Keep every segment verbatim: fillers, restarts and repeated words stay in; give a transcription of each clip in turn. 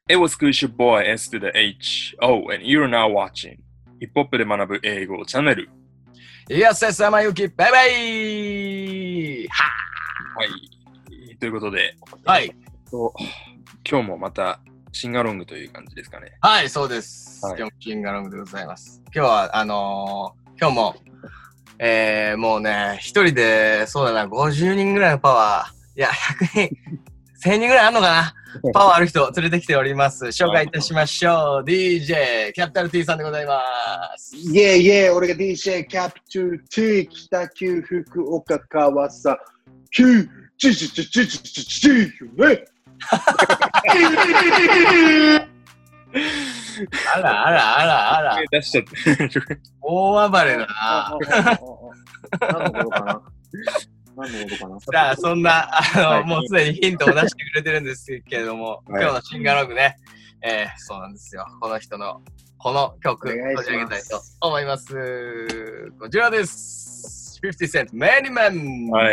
It was good, your boy S to the H. Oh, and you're now watching ヒップホップで学ぶ英語チャンネル。 いや、せさまゆき、バイバイははい。ということで、 はい。 と今日もまたシンガロングという感じですかね。 はい、そうです。 はい、 今日もシンガロングでございます。今日は、あのー、今日も、えー、もうね、一人で、そうだな、ごじゅうにんぐらいのパワー、いや、ひゃくにん、せんにんぐらいあんのかなパワーある人を連れてきております。紹介いたしましょう。ディージェー キャピタル T さんでございます。 イェイイェイ、俺が ディージェー キャピタル T、北九福岡川崎、キュー、チチチチチチチチね。 あらあらあらあら。 出しちゃって。 大暴れだな。 何のことかな何のことかなじゃあ、そんな、あの、 はい、 もうすでにヒントを出してくれてるんですけれども、はい、今日のシンガログね、えー、そうなんですよ。この人の、この曲、取り上げたいと思います。こちらです。フィフティーセント、Many Men。 はい。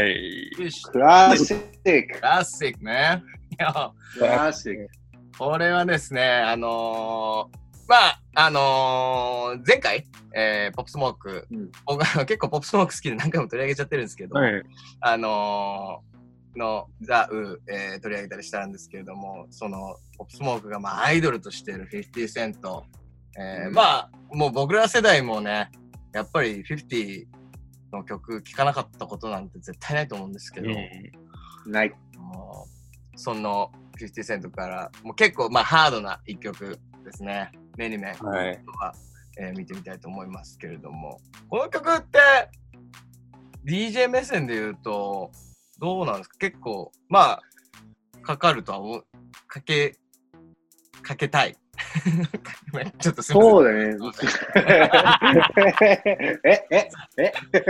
クラシック。 クラシックね。 クラシック。 これはですね、あのー、まあ、あのー、前回、えー、ポップスモーク、うん、僕結構ポップスモーク好きで何回も取り上げちゃってるんですけど、はい、あのー、のザ・ウ、えー、取り上げたりしたんですけれども、そのポップスモークがまあアイドルとしているフィフティーセント、えーうん、まあもう僕ら世代もね、やっぱりフィフティの曲聴かなかったことなんて絶対ないと思うんですけど、 うん、ない。 そのフィフティーセントからもう結構まあハードな一曲ですね。メニメンは、はいえー、見てみたいと思いますけれども、この曲って ディージェー 目線で言うとどうなんですか？結構まあかかるとは思う、かけかけたいちょっとすみません。 そうだね。えええ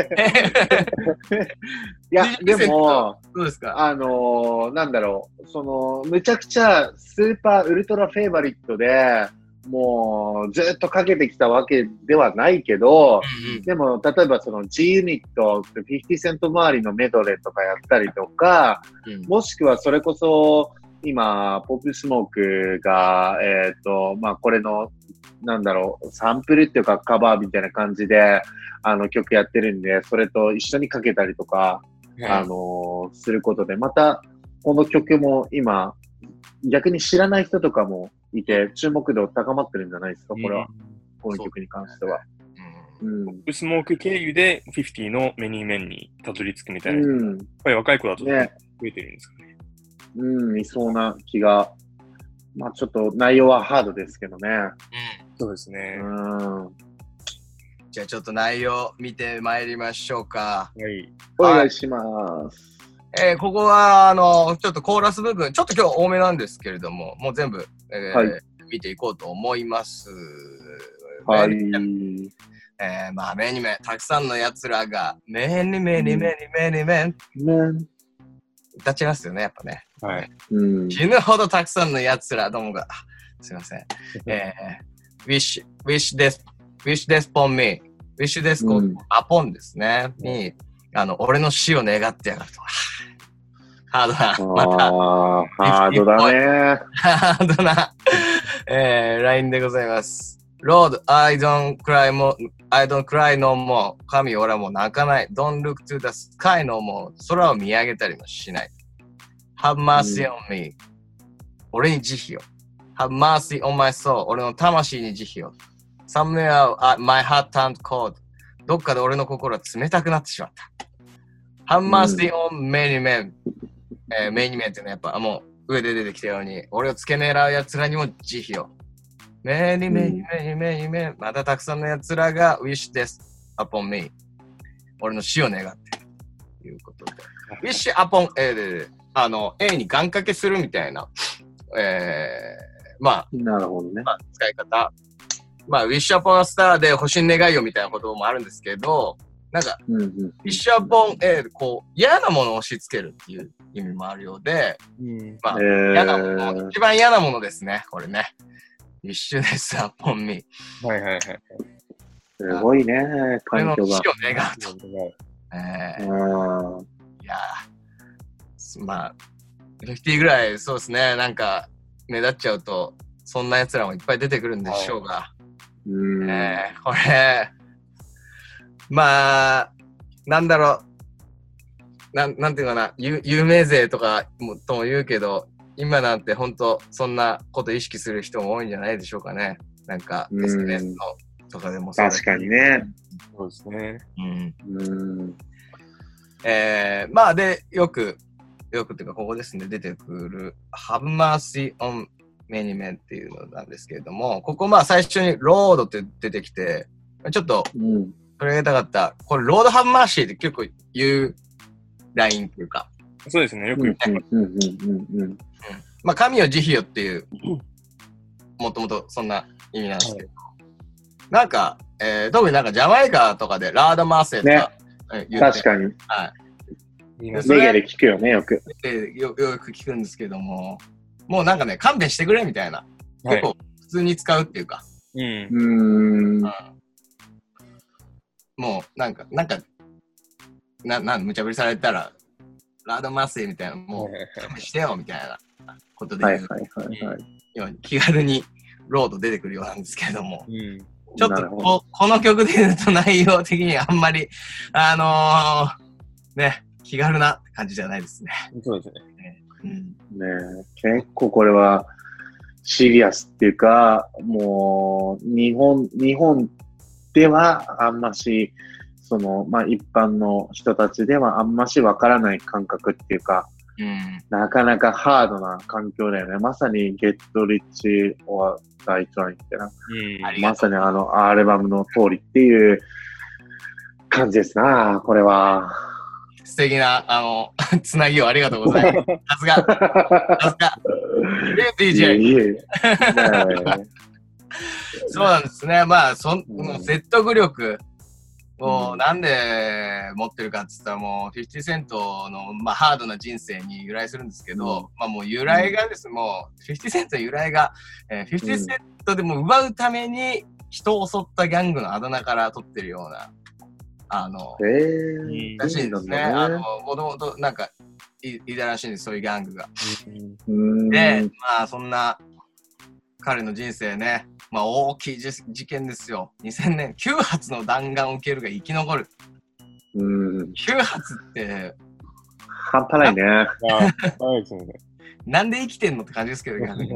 いやでもどうですか？ あのー、なんだろう、そのむちゃくちゃスーパーウルトラフェイバリットでもうずっとかけてきたわけではないけど、うんうん、でも例えばその G ユニットフィフティーセント周りのメドレーとかやったりとか、うん、もしくはそれこそ今ポップスモークがえっとまあこれのなんだろうサンプルっていうかカバーみたいな感じであの曲やってるんで、それと一緒にかけたりとか、うん、あのすることでまたこの曲も今逆に知らない人とかもいて注目度高まってるんじゃないですか、これは、うん、この曲に関しては。 うん、ポップスモーク経由でフィフティのメニーメンにたどり着くみたいな、うん、やっぱり若い子だと増えてるんですかね。 うん、いそうな気が。まあちょっと内容はハードですけどね。うん、 そうですね。うん。 じゃあちょっと内容見てまいりましょうか。 はい。 お願いします。 えー、ここはあのちょっとコーラス部分ちょっと今日多めなんですけれども、もう全部、えーはい、見ていこうと思います。 はい。 えー、まあメニメたくさんのやつらがメニメニメニメニメン、うん、歌っちゃいますよね、やっぱね。 はい。 うん、 死ぬほどたくさんのやつらどうもがすいません。えー、wish wish this wish this upon me wish this upon ですね、うん、にあの俺の死を願ってやがると。ハードな、また。 ハードだね。 ハードな、えー、ラインでございます。Lord, I don't cry more, I don't cry no more. 神、俺はもう泣かない。Don't look to the sky no more. 空を見上げたりもしない。Have mercy on me. 俺に慈悲を。Have mercy on my soul. 俺の魂に慈悲を。Somewhere my heart turned cold. どっかで俺の心は冷たくなってしまった。Have mercy on many men.えー、メインメンっていうのはやっぱもう上で出てきたように俺を付け狙うやつらにも慈悲を。メニメニメニメニメまたたくさんのやつらが wish this upon me 俺の死を願っているということで wish upon A であの A に願掛けするみたいな、えー、まあなるほどね、 まあ、使い方まあ wish upon a star で星に願いよみたいなこともあるんですけどなんか、 うんうん、 ウィッシュアポン A でこう嫌なものを押し付けるっていう意味もあるようで、うんまあ、えー、嫌なもの、一番嫌なものですね、これね。ウィッシュですアポンミ。 はいはいはい。 すごいね、環境が。 これの死を願うと。えー、いやまあ、フィフティぐらいそうですね、なんか目立っちゃうとそんな奴らもいっぱい出てくるんでしょうが。はい、 うん、 えー、これ、まあ、なんだろう、なん、なんていうかな、有, 有名税とかもとも言うけど、今なんて本当そんなこと意識する人も多いんじゃないでしょうかね。なんか エスエヌエス のとかでもそう確かにね。 そうですね。 うん。 うん。 えー、まあで、よく、よくっていうかここですね、出てくる Have Mercy on Many Men っていうのなんですけれども、ここまあ最初に Lord って出てきて、ちょっと取り上げたかった、これ Lord Have Mercy って結構言うラインっていうか。 そうですね、よく言ってます。 まあ神を慈悲よっていう、もともとそんな意味なんですけど、はい、なんか、えー、特になんかジャマイカとかでラードマーセとか、ね、 言って確かに。 はい。 レゲエで聞くよね、よく。 よ, よく聞くんですけども、もうなんかね、勘弁してくれみたいな。はい、結構普通に使うっていうか。 うん。うんもうなんか、なんか、な、なん、無茶ぶりされたら、ラードマーセみたいな、もう勘弁してよみたいなことで言う。はいはいはい、はい。気軽にロード出てくるようなんですけれども。うんちょっとこ、この曲で言うと内容的にあんまり、あのー、ね、気軽な感じじゃないですね。 そうですね。 うん、ね結構これはシリアスっていうか、もう日本、日本ではあんまし、その、まあ一般の人たちではあんましわからない感覚っていうか、うん、なかなかハードな環境だよね。まさにゲットリッチオアダイトラインってな、うん。まさにあのアルバムの通りっていう感じですな、これは。 素敵な、あの、つなぎをありがとうございます。さすが。さすが。ディージェー。いえいえそうなんですね。まあ、そん、うん、説得力。もうなんで持ってるかっつったらもうフィフティセントのまあハードな人生に由来するんですけど、うん、まあもう由来がです、うん、もうフィフティセントの由来が、えー、フィフティセントでも奪うために人を襲ったギャングのあだ名から取ってるようなあの、 えー、らしいんですね。あのもともとなんか い, いたらしいんですそういうギャングが。 うん、 でまあそんな彼の人生ね。まあ大きい事件ですよ。にせんねん、きゅう発の弾丸を受けるが生き残る。 うん。 きゅう発って、 半端ないね。 なんで生きてんのって感じですけど、逆に。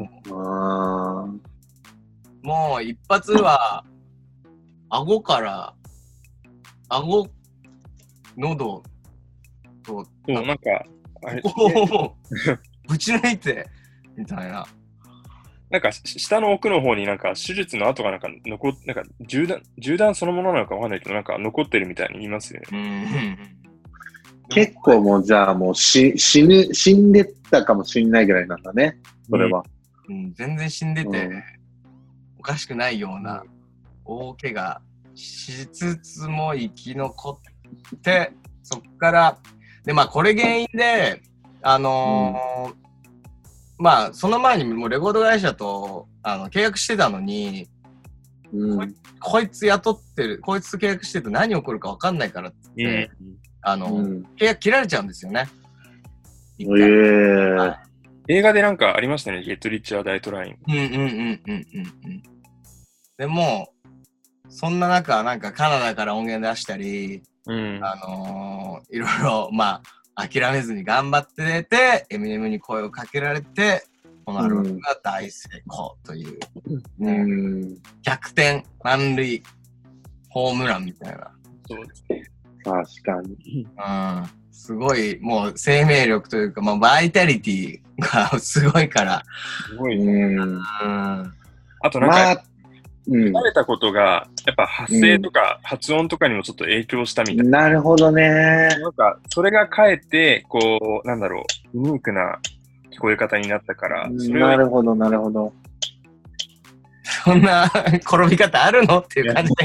もう一発は、顎から、顎、喉と、 でもなんか、 あれ、ここをもう、ぶち抜いて、みたいな。 なんか下の奥の方になんか手術の跡がなんか残っなんか銃弾銃弾そのものなのかわかんないけどなんか残ってるみたいに言いますよね。 結構もうじゃあもうし死ぬ死んでたかもしれないぐらいなんだね。それは。 うん、うん、全然死んでて、うん、おかしくないような大怪我しつつも生き残ってそっからでまあこれ原因であのー。うんまあ、その前にもうレコード会社とあの契約してたのに、うんこい、こいつ雇ってる、こいつと契約してると何起こるか分かんないからって言って、うん、あの、うん、契約切られちゃうんですよね。 えーはい、 映画でなんかありましたね、ゲットリッチ・ア・ダイトライン。 うんうんうんうんうんうん。でも、そんな中、なんかカナダから音源出したり、うん、あのー、いろいろ、まあ、諦めずに頑張って出て、エミネムに声をかけられて、このアルバムが大成功という、ねうん、逆転、満塁、ホームランみたいな。 そうですね。 確かに。 うん、すごい、もう生命力というか、まあ、バイタリティがすごいから。 すごいね。うん、あとなんか、まあ慣れたことが、やっぱ発声とか発音とかにもちょっと影響したみたいな。なるほどね。 なんか、それがかえって、こう、なんだろう、ユニークな聞こえ方になったから。 それなるほど、なるほど。 そんな転び方あるのっていう感じで。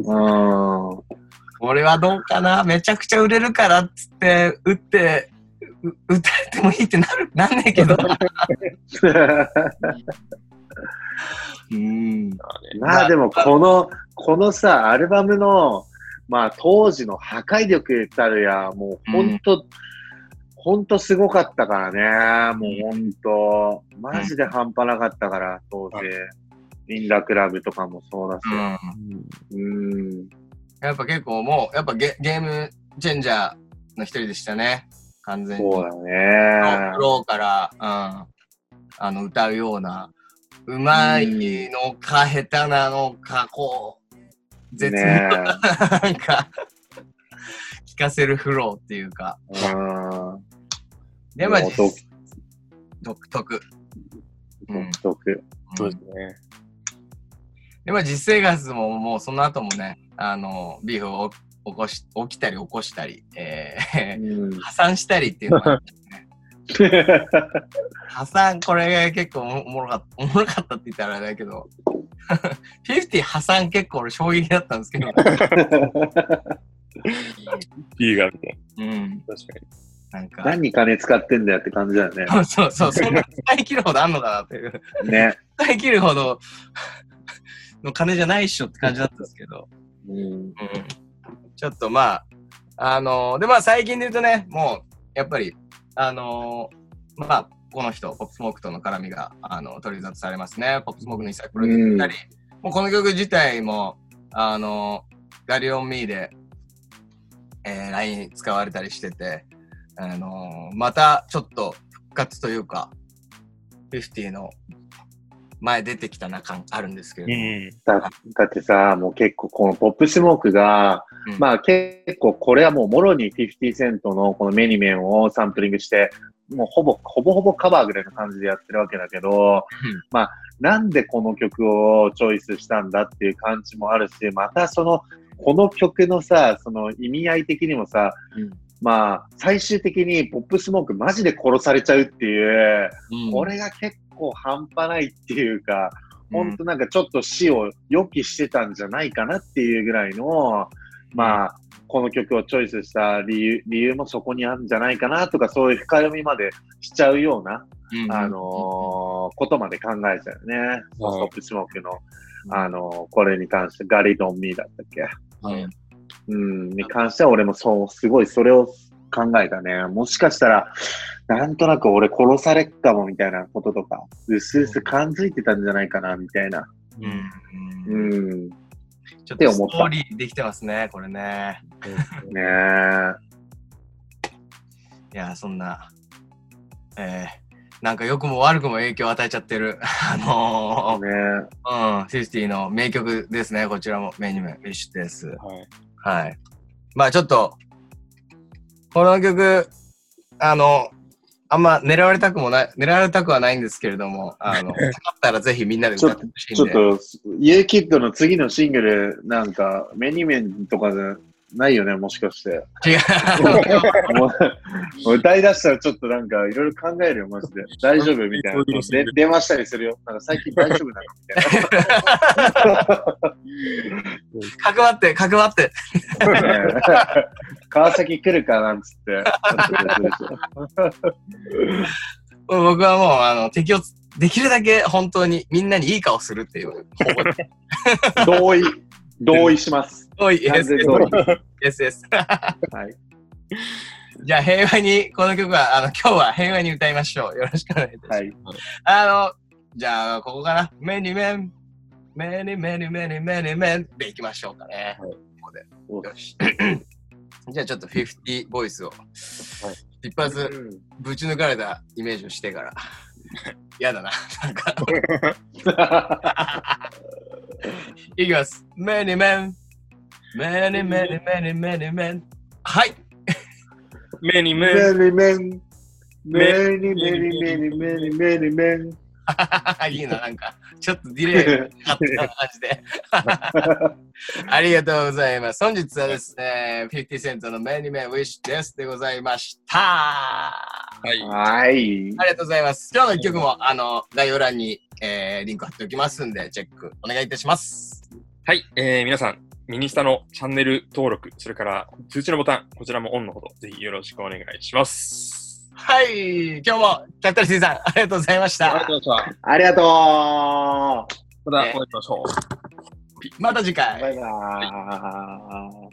俺はどうかなめちゃくちゃ売れるからっつって、打って、打たれてもいいってなる、なんねえけど。 うんまあでもこのこのさアルバムのまあ当時の破壊力たるやもう本当、うん、 ほんとすごかったからね。もうほんと。マジで半端なかったから、当時。インラクラブとかもそうだし。うん。うん。 やっぱ結構もう、やっぱゲゲームチェンジャーの一人でしたね。完全に。 そうだね。 プロから、うん。あの、歌うような、うまいのか、下手なのか、こう、絶妙な、なんか、聞かせるフローっていうか。 うん。 で、まあ、独特。 独特。 そうですね。 で、まあ、実生活ももうその後もね、あの、ビーフを起こし、起きたり起こしたり、えーうん、破産したりっていうのがあってね。破産、これが結構おもろかった、おもろかったって言ったらあれだけど、フィフティ破産結構俺衝撃だったんですけど。 いいがあるね。 うん。 確かに。 なんか何に金使ってんだよって感じだよね。 そうそうそう、そんな使い切るほどあんのかなっていう。 ね。 使い切るほどの金じゃないっしょって感じだったんですけど。 うん。うん、 ちょっとまあ、あのー、でまあ最近で言うとね、もう、やっぱり、あのー、まあ、この人、ポップスモークとの絡みが、あの、取り沙汰されますね。ポップスモークの一作プロデュースしたり、うん、もうこの曲自体も、あのー、ガリオンミーで、えー、ライン 使われたりしてて、あのー、またちょっと復活というか、フィフティの前出てきたな感あるんですけれども、うん、 だ, だってさ、もう結構このポップスモークが、うん、まあ結構これはもうもろにフィフティセントのこのメニメンをサンプリングして、もうほぼ、ほぼほぼカバーぐらいの感じでやってるわけだけど、うん、まあなんでこの曲をチョイスしたんだっていう感じもあるし、またその、この曲のさ、その意味合い的にもさ、うんまあ、最終的にポップスモークマジで殺されちゃうっていう、うん、これが結構半端ないっていうか、うん、ほんとなんかちょっと死を予期してたんじゃないかなっていうぐらいの、まあ、この曲をチョイスした理由、理由もそこにあるんじゃないかなとか、そういう深読みまでしちゃうような、うん、あのー、ことまで考えちゃうね。うん、ポップスモークの、あのー、これに関して、ガリドンミーだったっけ。うんうん、に関しては俺もそう、すごいそれを考えたね。もしかしたら、なんとなく俺殺されっかもみたいなこととか、うすうす感づいてたんじゃないかな、みたいな。うん。うん。 ちょっとストーリーできてますね、これね。 ねえ。 いや、そんな、えー、なんか良くも悪くも影響を与えちゃってる、あのー、 ねうん、フィフティの名曲ですね、こちらもメニュー、ウィッシュです。 はい。 はい。まあちょっと、この曲、あの、あんま狙われたくもない、狙われたくはないんですけれども、あの、かかったらぜひみんなで歌ってほしいんで。 ちょっと、ユーキッドの次のシングル、なんか、メニメンとかじゃないよね、もしかして。 違う。 もう歌い出したらちょっとなんか、いろいろ考えるよ、マジで。大丈夫みたいな。で電話したりするよ。なんか最近大丈夫なのみたいな。 かくまって、かくまって。 川崎来るかなんつって。 僕はもう、あの、敵を、できるだけ本当にみんなにいい顔するっていう。 同意。同意します。 同意。Yes, yes. Yes, yes. はい。 じゃあ平和に、この曲は、あの、今日は平和に歌いましょう。よろしくお願いいたします。はい。あの、じゃあ、ここかな。メニメン、メニメニメニメニメンでいきましょうかね。はい、ここで。よし。じゃあちょっとフィフティボイスを、はい、一発ぶち抜かれたイメージをしてから。やだな。なんか。いきます。メニメン、メニメニメニメニメン。はい。 メニメン。メニメン。メニメニメニメニメニメン。 いいな、なんか、ちょっとディレイがあった感じで。ありがとうございます。本日はですね、フィフティセントのメニメンウィッシュですでございました。 はい。はい。 ありがとうございます。今日の一曲も、あの、概要欄に、えー、リンク貼っておきますんで、チェックお願いいたします。 はい。えー、皆さん、ミニスタのチャンネル登録、それから通知のボタン、こちらもオンのほど、ぜひよろしくお願いします。 はい、今日もキャピタル C さんありがとうございました。 ありがとうございました。 ありがとう。 またお会いしましょう。 また次回。 バイバーイ。